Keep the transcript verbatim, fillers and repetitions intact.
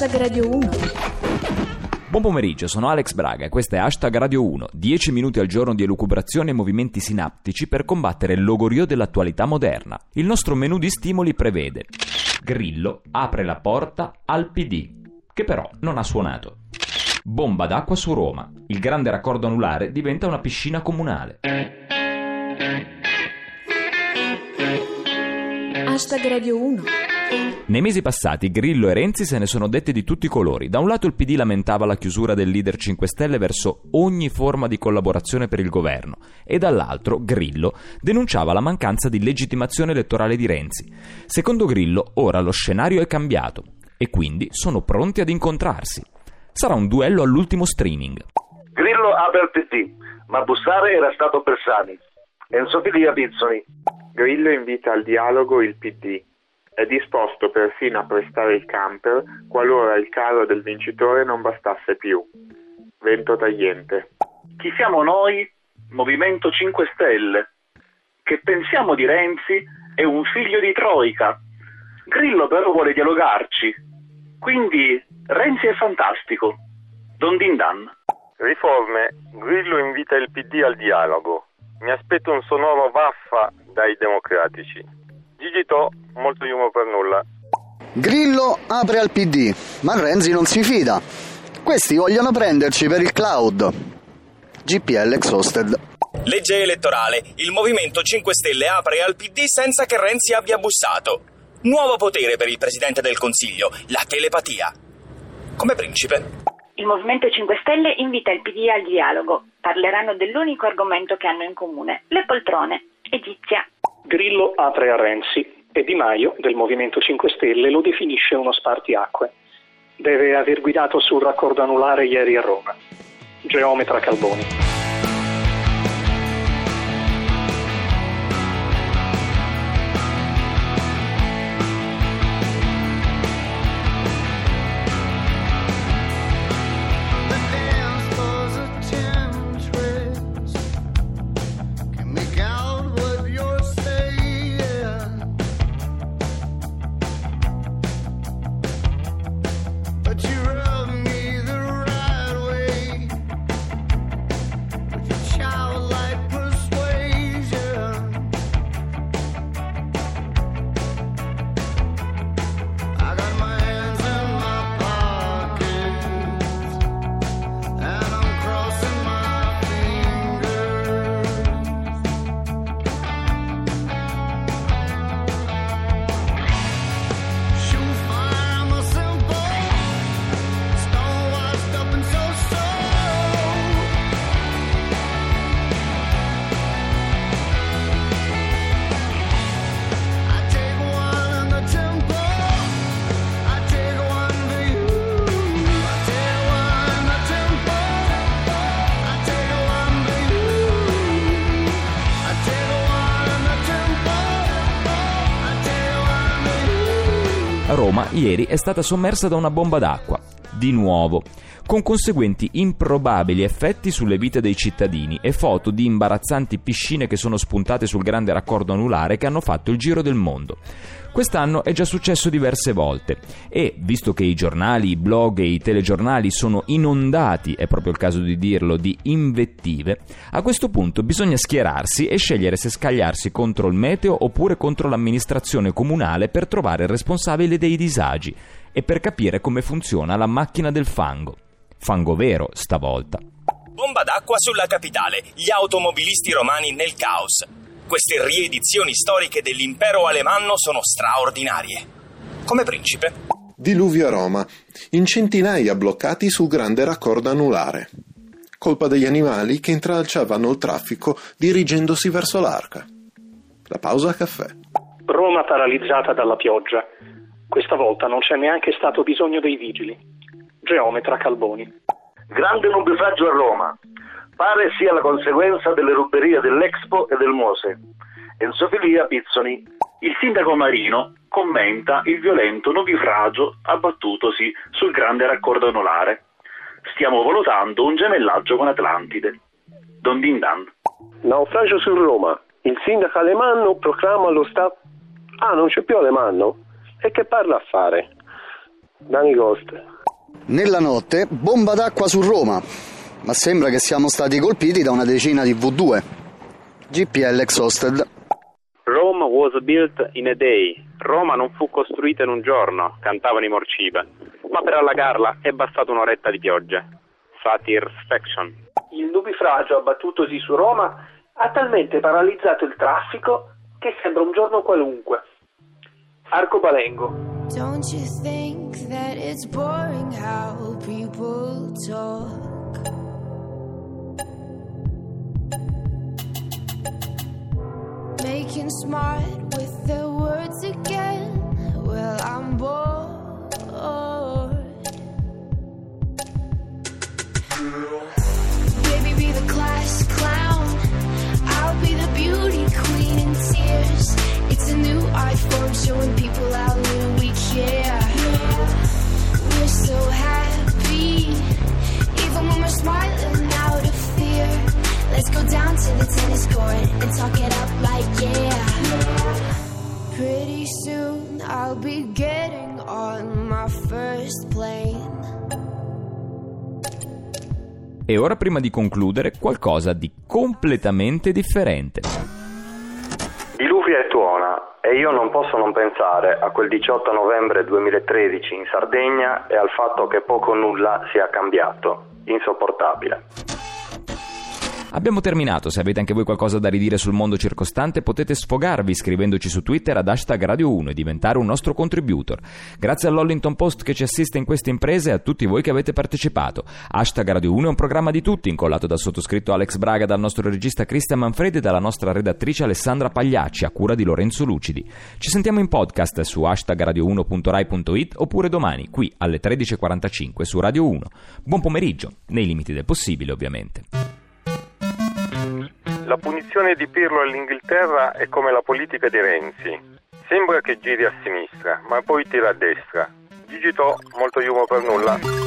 Hashtag Radio uno. Buon pomeriggio, sono Alex Braga e questo è Hashtag Radio uno. dieci minuti al giorno di elucubrazione e movimenti sinaptici per combattere il logorio dell'attualità moderna. Il nostro menù di stimoli prevede: Grillo apre la porta al P D, che però non ha suonato. Bomba d'acqua su Roma. Il grande raccordo anulare diventa una piscina comunale. Hashtag Radio uno. Nei mesi passati Grillo e Renzi se ne sono dette di tutti i colori. Da un lato il P D lamentava la chiusura del leader cinque Stelle verso ogni forma di collaborazione per il governo e dall'altro Grillo denunciava la mancanza di legittimazione elettorale di Renzi. Secondo Grillo ora lo scenario è cambiato e quindi sono pronti ad incontrarsi. Sarà un duello all'ultimo streaming. Grillo apre al P D, ma bussare era stato Bersani. Enzo Filia Pizzoni. Grillo invita al dialogo il P D. È disposto persino a prestare il camper qualora il carro del vincitore non bastasse più. Vento tagliente. Chi siamo noi? Movimento cinque Stelle. Che pensiamo di Renzi è un figlio di Troika. Grillo però vuole dialogarci. Quindi Renzi è fantastico. Don Dindan. Riforme. Grillo invita il P D al dialogo. Mi aspetto un sonoro vaffa dai democratici. Gigi To, molto humor per nulla. Grillo apre al P D, ma Renzi non si fida. Questi vogliono prenderci per il cloud. G P L Exhausted. Legge elettorale. Il Movimento cinque Stelle apre al P D senza che Renzi abbia bussato. Nuovo potere per il Presidente del Consiglio, la telepatia. Come principe. Il Movimento cinque Stelle invita il P D al dialogo. Parleranno dell'unico argomento che hanno in comune, le poltrone. Egizia. Grillo apre a Renzi e Di Maio, del Movimento cinque Stelle, lo definisce uno spartiacque. Deve aver guidato sul raccordo anulare ieri a Roma. Geometra Calboni. Roma ieri è stata sommersa da una bomba d'acqua, di nuovo, con conseguenti improbabili effetti sulle vite dei cittadini e foto di imbarazzanti piscine che sono spuntate sul grande raccordo anulare che hanno fatto il giro del mondo. Quest'anno è già successo diverse volte e, visto che i giornali, i blog e i telegiornali sono inondati, è proprio il caso di dirlo, di invettive, a questo punto bisogna schierarsi e scegliere se scagliarsi contro il meteo oppure contro l'amministrazione comunale per trovare il responsabile dei disagi e per capire come funziona la macchina del fango. Fango vero, stavolta. Bomba d'acqua sulla capitale, gli automobilisti romani nel caos. Queste riedizioni storiche dell'impero alemanno sono straordinarie. Come principe. Diluvio a Roma. In centinaia bloccati sul grande raccordo anulare. Colpa degli animali che intralciavano il traffico dirigendosi verso l'arca. La pausa a caffè. Roma paralizzata dalla pioggia. Questa volta non c'è neanche stato bisogno dei vigili. Geometra Calboni. Grande nubifragio a Roma. Pare sia la conseguenza delle ruberie dell'Expo e del Mose. Enzo Filia Pizzoni. Il sindaco Marino commenta il violento nubifragio abbattutosi sul grande raccordo anulare. Stiamo valutando un gemellaggio con Atlantide. Don Dindan. Naufragio su Roma. Il sindaco Alemanno proclama lo stato... Ah, non c'è più Alemanno? E che parla a fare? Dani Coste. Nella notte, bomba d'acqua su Roma, ma sembra che siamo stati colpiti da una decina di vu due. G P L Exhausted. Rome was built in a day. Roma non fu costruita in un giorno, cantavano i Morcibe. Ma per allagarla è bastata un'oretta di pioggia. Satisfaction. Il nubifragio abbattutosi su Roma ha talmente paralizzato il traffico che sembra un giorno qualunque. Arcobalengo. Don't you think that it's boring how people talk? Making smart with their words again. Well, I'm bored. Baby, be the class clown. I'll be the beauty queen in tears. It's a new iPhone showing people how little we care. We're so happy, even when we're smiling out of fear. Let's go down to the tennis court and talk it up like yeah. Pretty soon I'll be getting on my first plane. E ora, prima di concludere, qualcosa di completamente differente. Diluvia e tuona, e io non posso non pensare a quel diciotto novembre duemilatredici in Sardegna e al fatto che poco o nulla sia cambiato. Insopportabile. Abbiamo terminato. Se avete anche voi qualcosa da ridire sul mondo circostante, potete sfogarvi scrivendoci su Twitter ad hashtag Radio uno e diventare un nostro contributor. Grazie all'Hollington Post che ci assiste in queste imprese e a tutti voi che avete partecipato. Hashtag Radio uno è un programma di tutti, incollato dal sottoscritto Alex Braga, dal nostro regista Cristian Manfredi e dalla nostra redattrice Alessandra Pagliacci, a cura di Lorenzo Lucidi. Ci sentiamo in podcast su hashtag radio uno punto rai punto it oppure domani, qui alle tredici e quarantacinque su Radio uno. Buon pomeriggio, nei limiti del possibile ovviamente. La punizione di Pirlo all'Inghilterra è come la politica di Renzi. Sembra che giri a sinistra, ma poi tira a destra. Gigi To, molto humor per nulla.